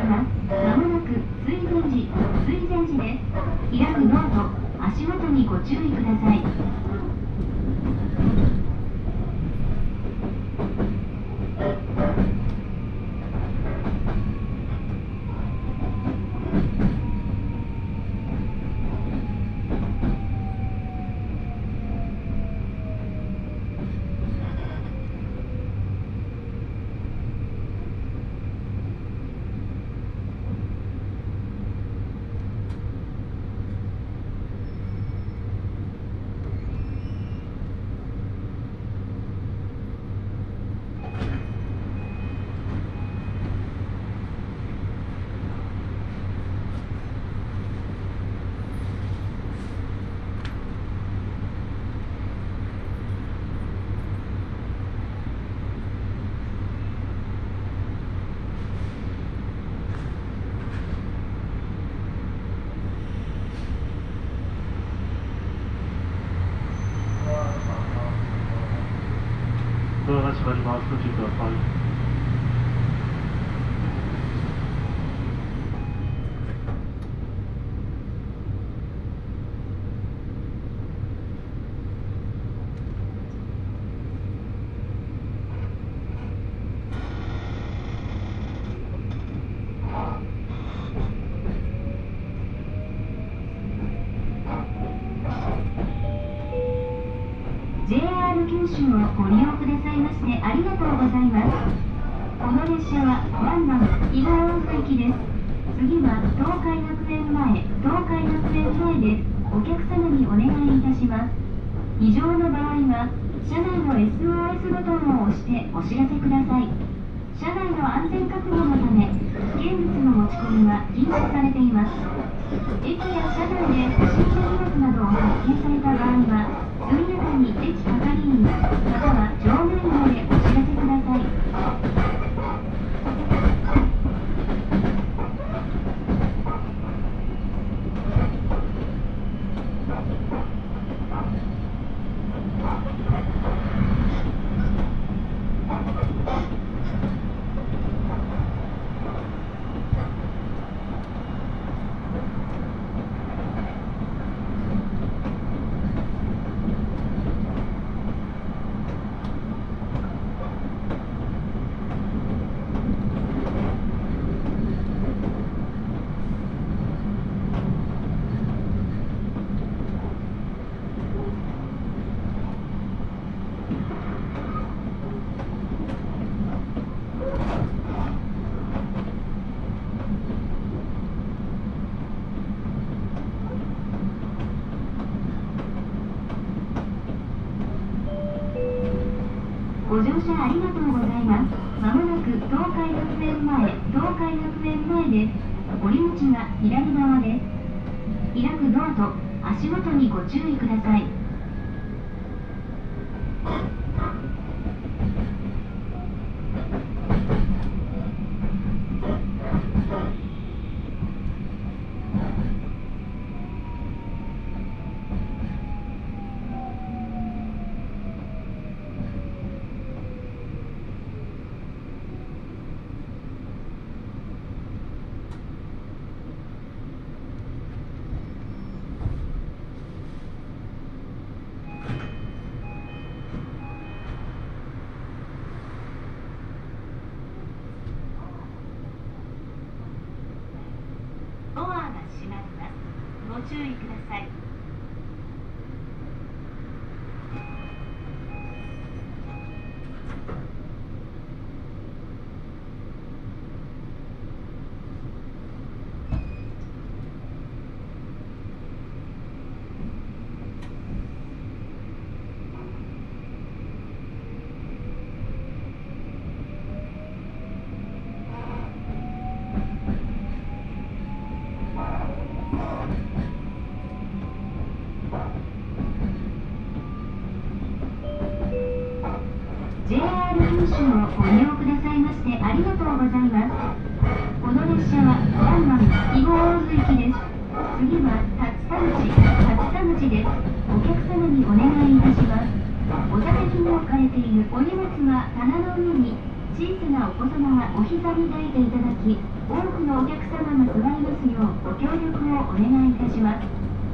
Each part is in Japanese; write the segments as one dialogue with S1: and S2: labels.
S1: ます。まもなく水前寺です。開くノート、足元にご注意ください。
S2: ドアが閉まります。ご注意ください。
S1: JR 九州をご利用くださいましてありがとうございます。この列車は湾南肥後大津行きです。次は東海学園前です。お客様にお願いいたします。異常の場合は車内の SOS ボタンを押してお知らせください。車内の安全確保のため危険物の持ち込みは禁止されています。駅や車内で不審者荷物などを発見された場合は速やかに駅係員または乗務員までお知らせください。ご乗車ありがとうございます。まもなく東海学園前です。降り口が左側です。開くドアと足元にご注意ください。ドアが閉まります。ご注意ください。JR 九州をご利用くださいましてありがとうございます。この列車は湾南肥後大津行きです。次は竜田口です。お客様にお願いいたします。お座席に置かれているお荷物は棚の上に、小さなお子様はお膝に抱いていただき、 多くのお客様が座りますようご協力をお願いいたします。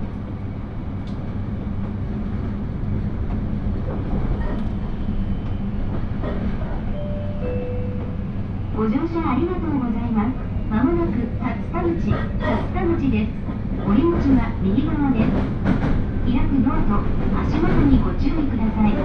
S1: ご乗車ありがとうございます。まもなく竜田口です。降り口は右側です。開くドアと足元にご注意ください。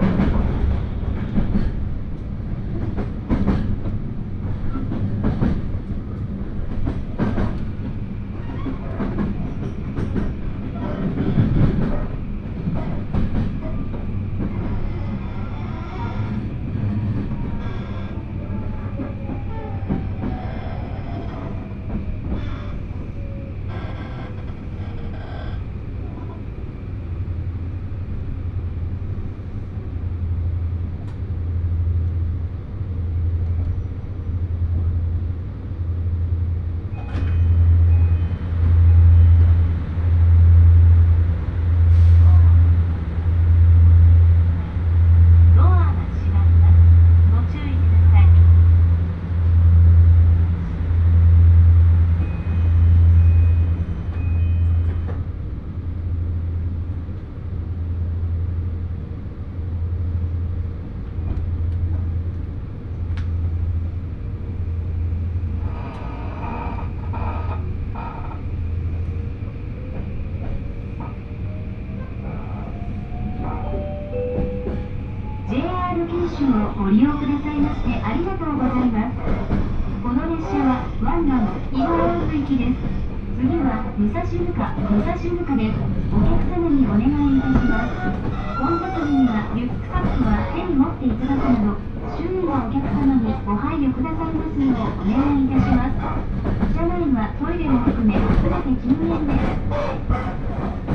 S1: をご利用くださいましてありがとうございます。この列車は湾岸井川行きです。次は武蔵部下です。お客様にお願いいたします。混雑時にはリュックサックは手に持っていただくなど、周囲のお客様にご配慮くださいますようお願いいたします。車内はトイレも含め全て禁煙です。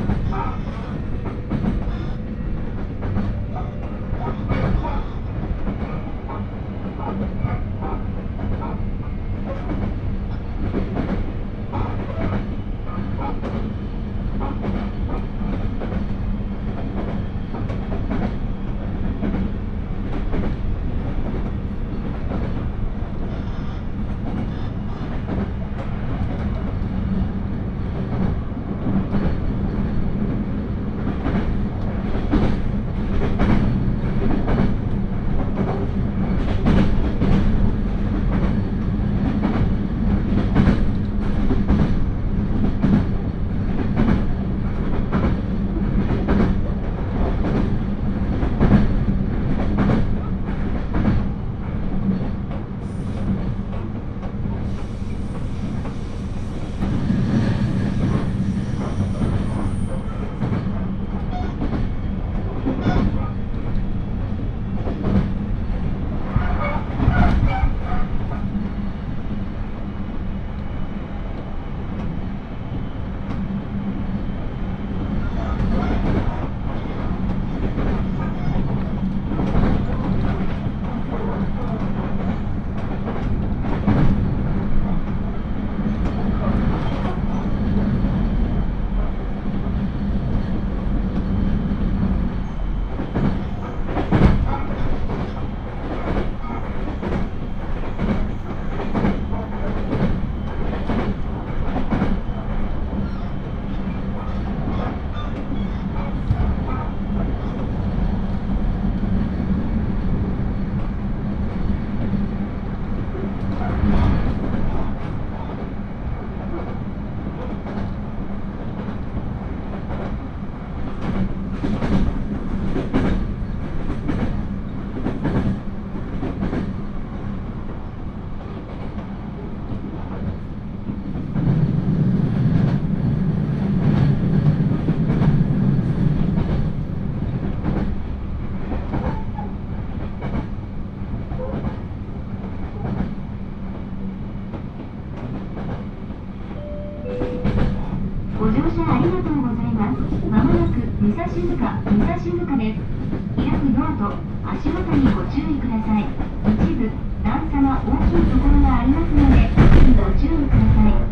S1: ご乗車ありがとうございます。まもなく武蔵部下です。開くドアと足元にご注意ください。一部段差が大きいところがありますのでご注意ください。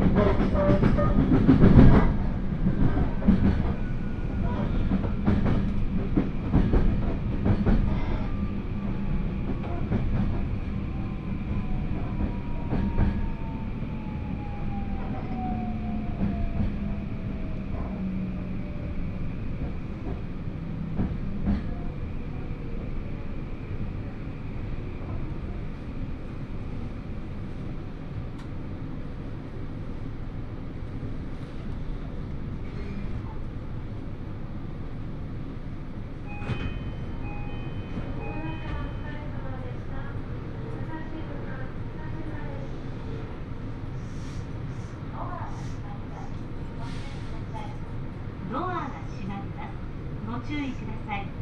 S1: 注意ください。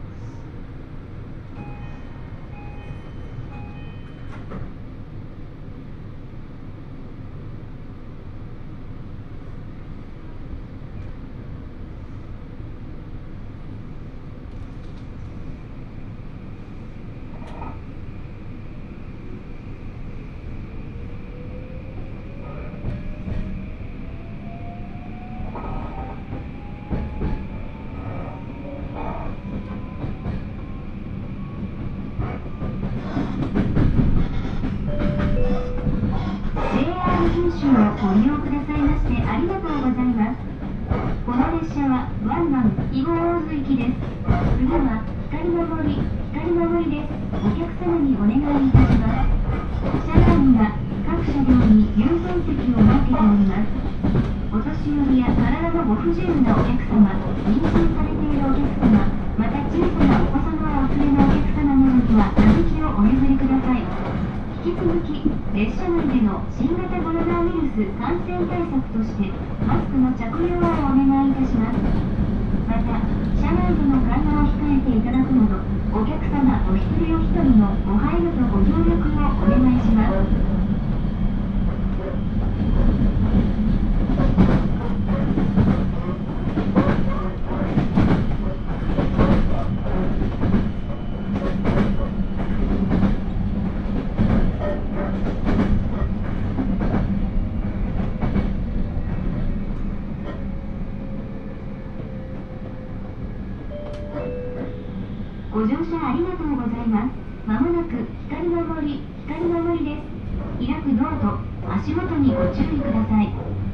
S1: 九州をご利用くださいましてありがとうございます。この列車は湾岸肥後大津行きです。次は光の森です。お客様にお願いいたします。車内には各車両に優先席を設けております。お年寄りや体のご不自由なお客様、妊娠されているお客様、また小さなお子様をお連れのお客様などには座席をお譲りください。引き続き列車内での新型コロナウイルス感染対策としてマスクの着用をお願いいたします。また車内での会話を控えていただくなどお客様お一人お一人のご配慮とご協力をお願いします。ご乗車ありがとうございます。まもなく光の森です。開くドアと足元にご注意ください。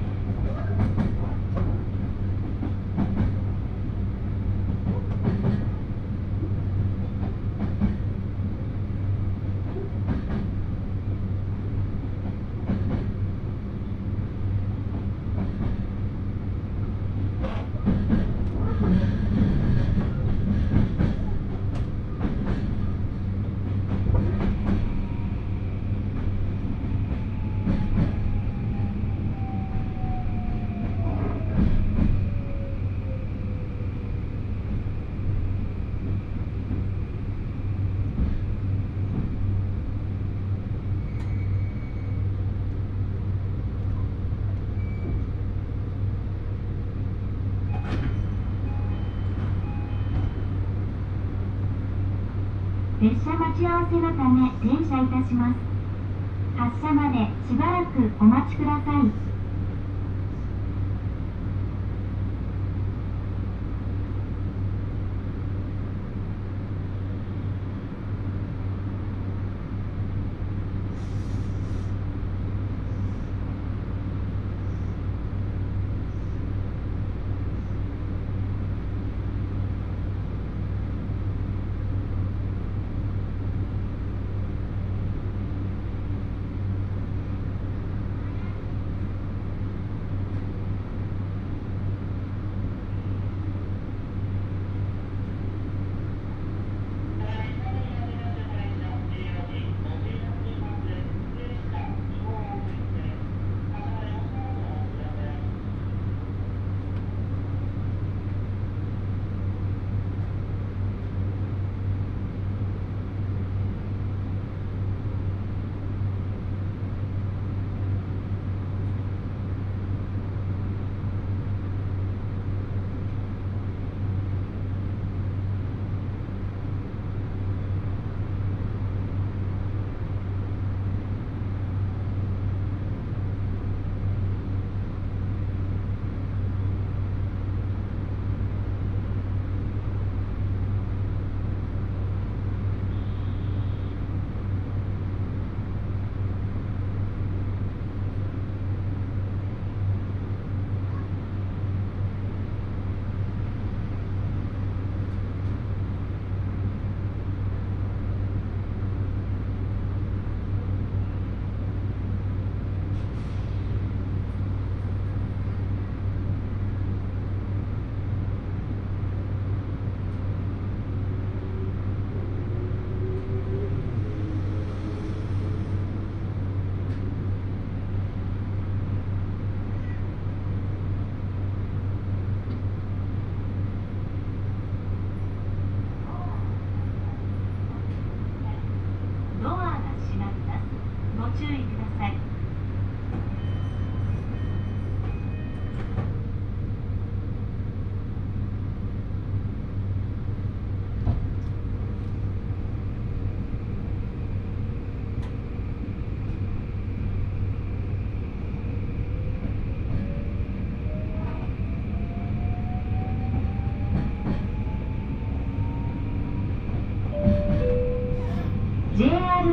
S1: 列車待ち合わせのため停車いたします。発車までしばらくお待ちください。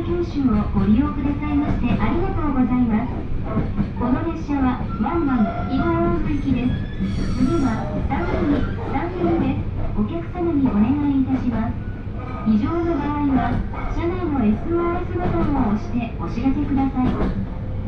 S1: 九州をご利用くださいましてありがとうございます。この列車はワンマン移動往復行きです。次は3組です。お客様にお願いいたします。異常の場合は車内の SOS ボタンを押してお知らせください。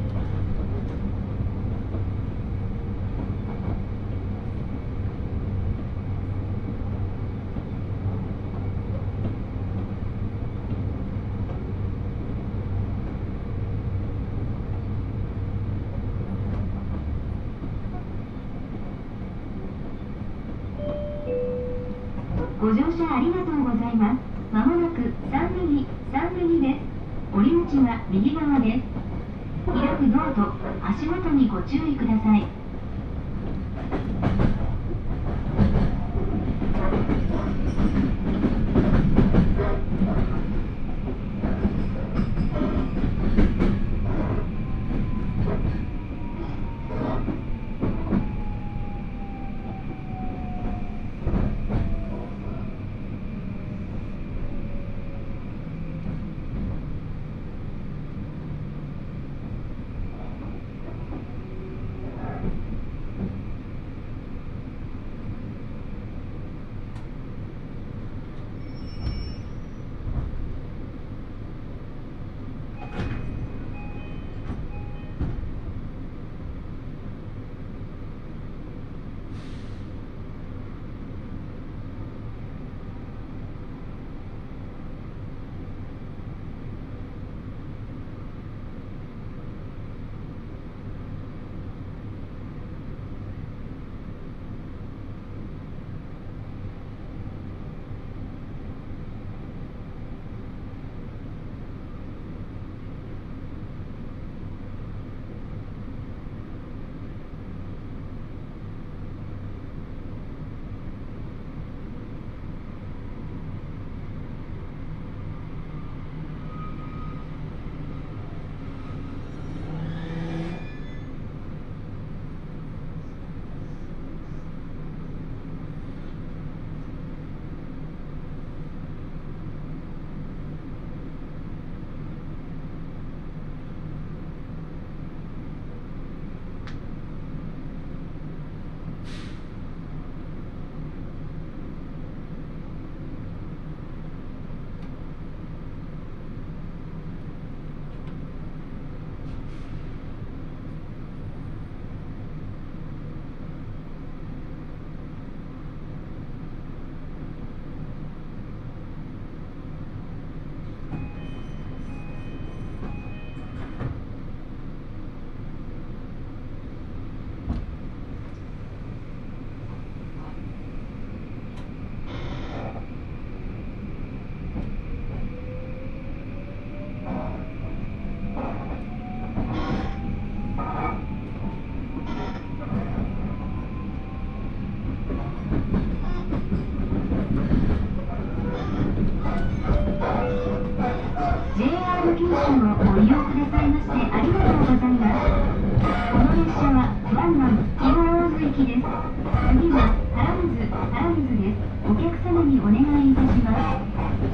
S1: ご乗車ありがとうございます。まもなく3右です。降り口は右側です。開くドアと足元にご注意ください。JR 九州をご利用くださいましてありがとうございます。この列車はワンマン移動往復行きです。次は原水です。お客様にお願いいたします。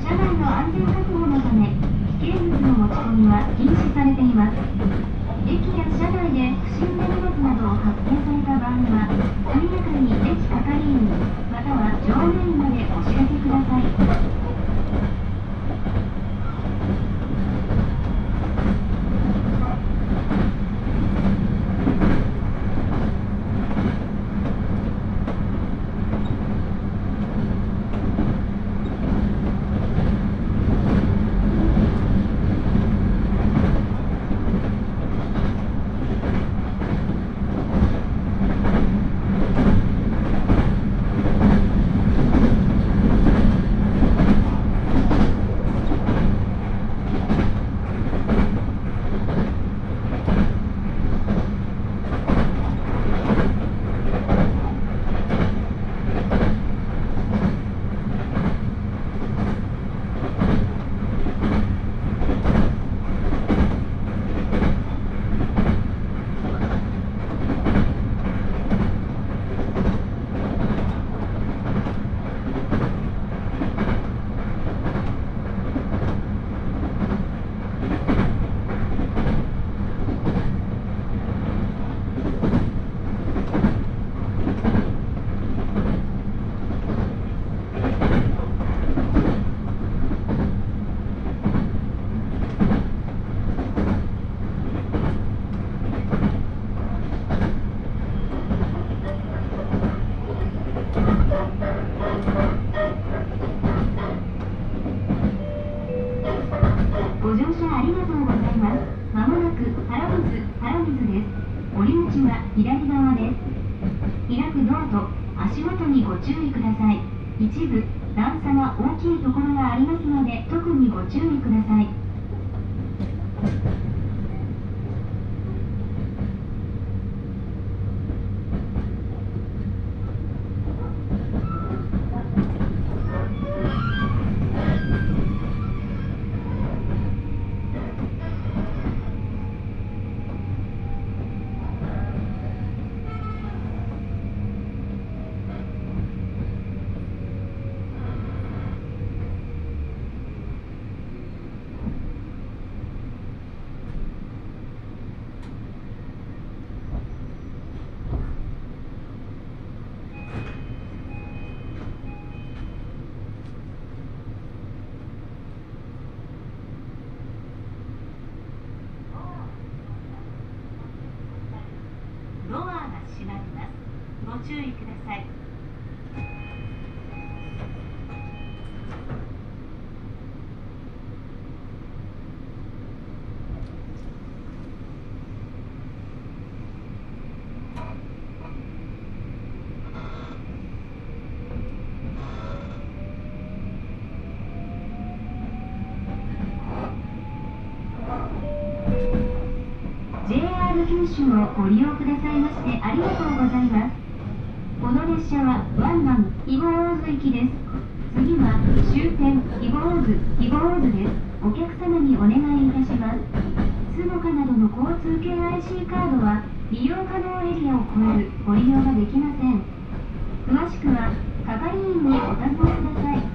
S1: 車内の安全確保のため危険物の持ち込みは禁止されています。駅や車内で不審な荷物などを発見された場合は速やかに駅係員または乗務員までお知らせください。 ズです。降り口は左側です。開くドアと足元にご注意ください。一部段差が大きいところがありますので、特にご注意ください。ドアが閉まります。ご注意ください。JR 九州をご利用くださいましてありがとうございます。この列車は湾岸肥後大津行きです。次は終点肥後大津です。お客様にお願いいたします。スモカなどの交通系 IC カードは利用可能エリアを超えるご利用ができません。詳しくは係員にお尋ねください。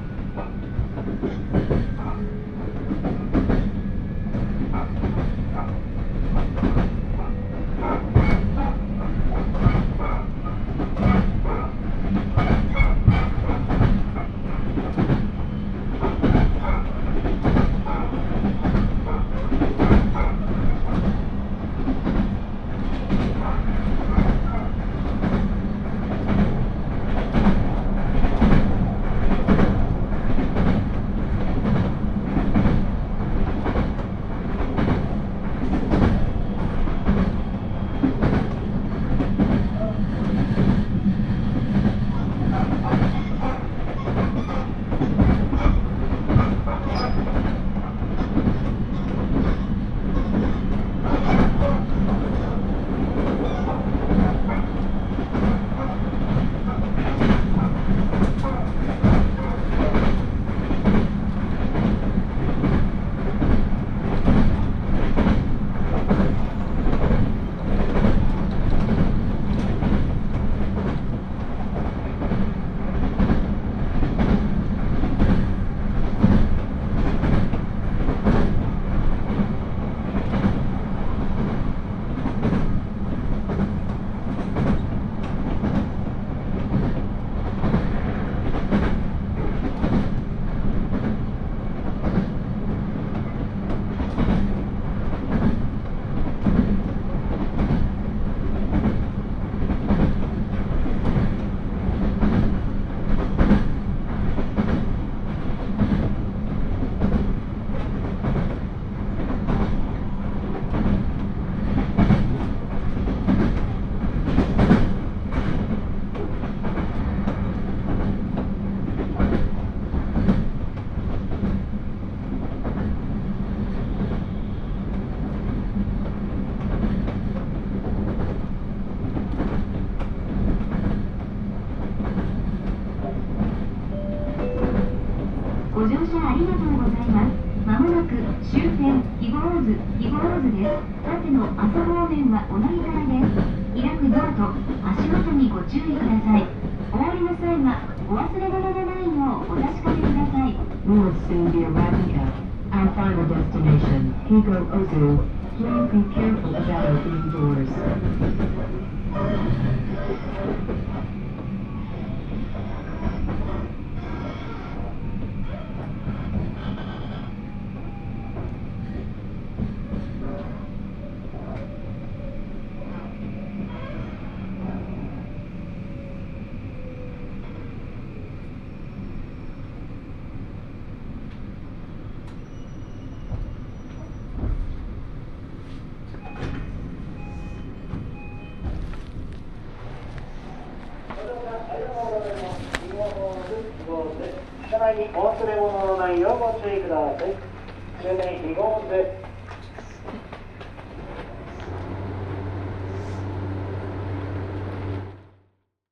S1: ご乗車ありがとうございます。まもなく終点肥後大津です。縦の阿蘇方面はお乗り換えです。開くドアと足元にご注意ください。お降りの際はお忘れ物のないようお確かめください。
S3: We will soon be arriving at our final destination, Higo Ozu. Please be careful about opening doors.
S1: ご
S4: 車内にお忘れ物のないようご注意ください。終点非号です。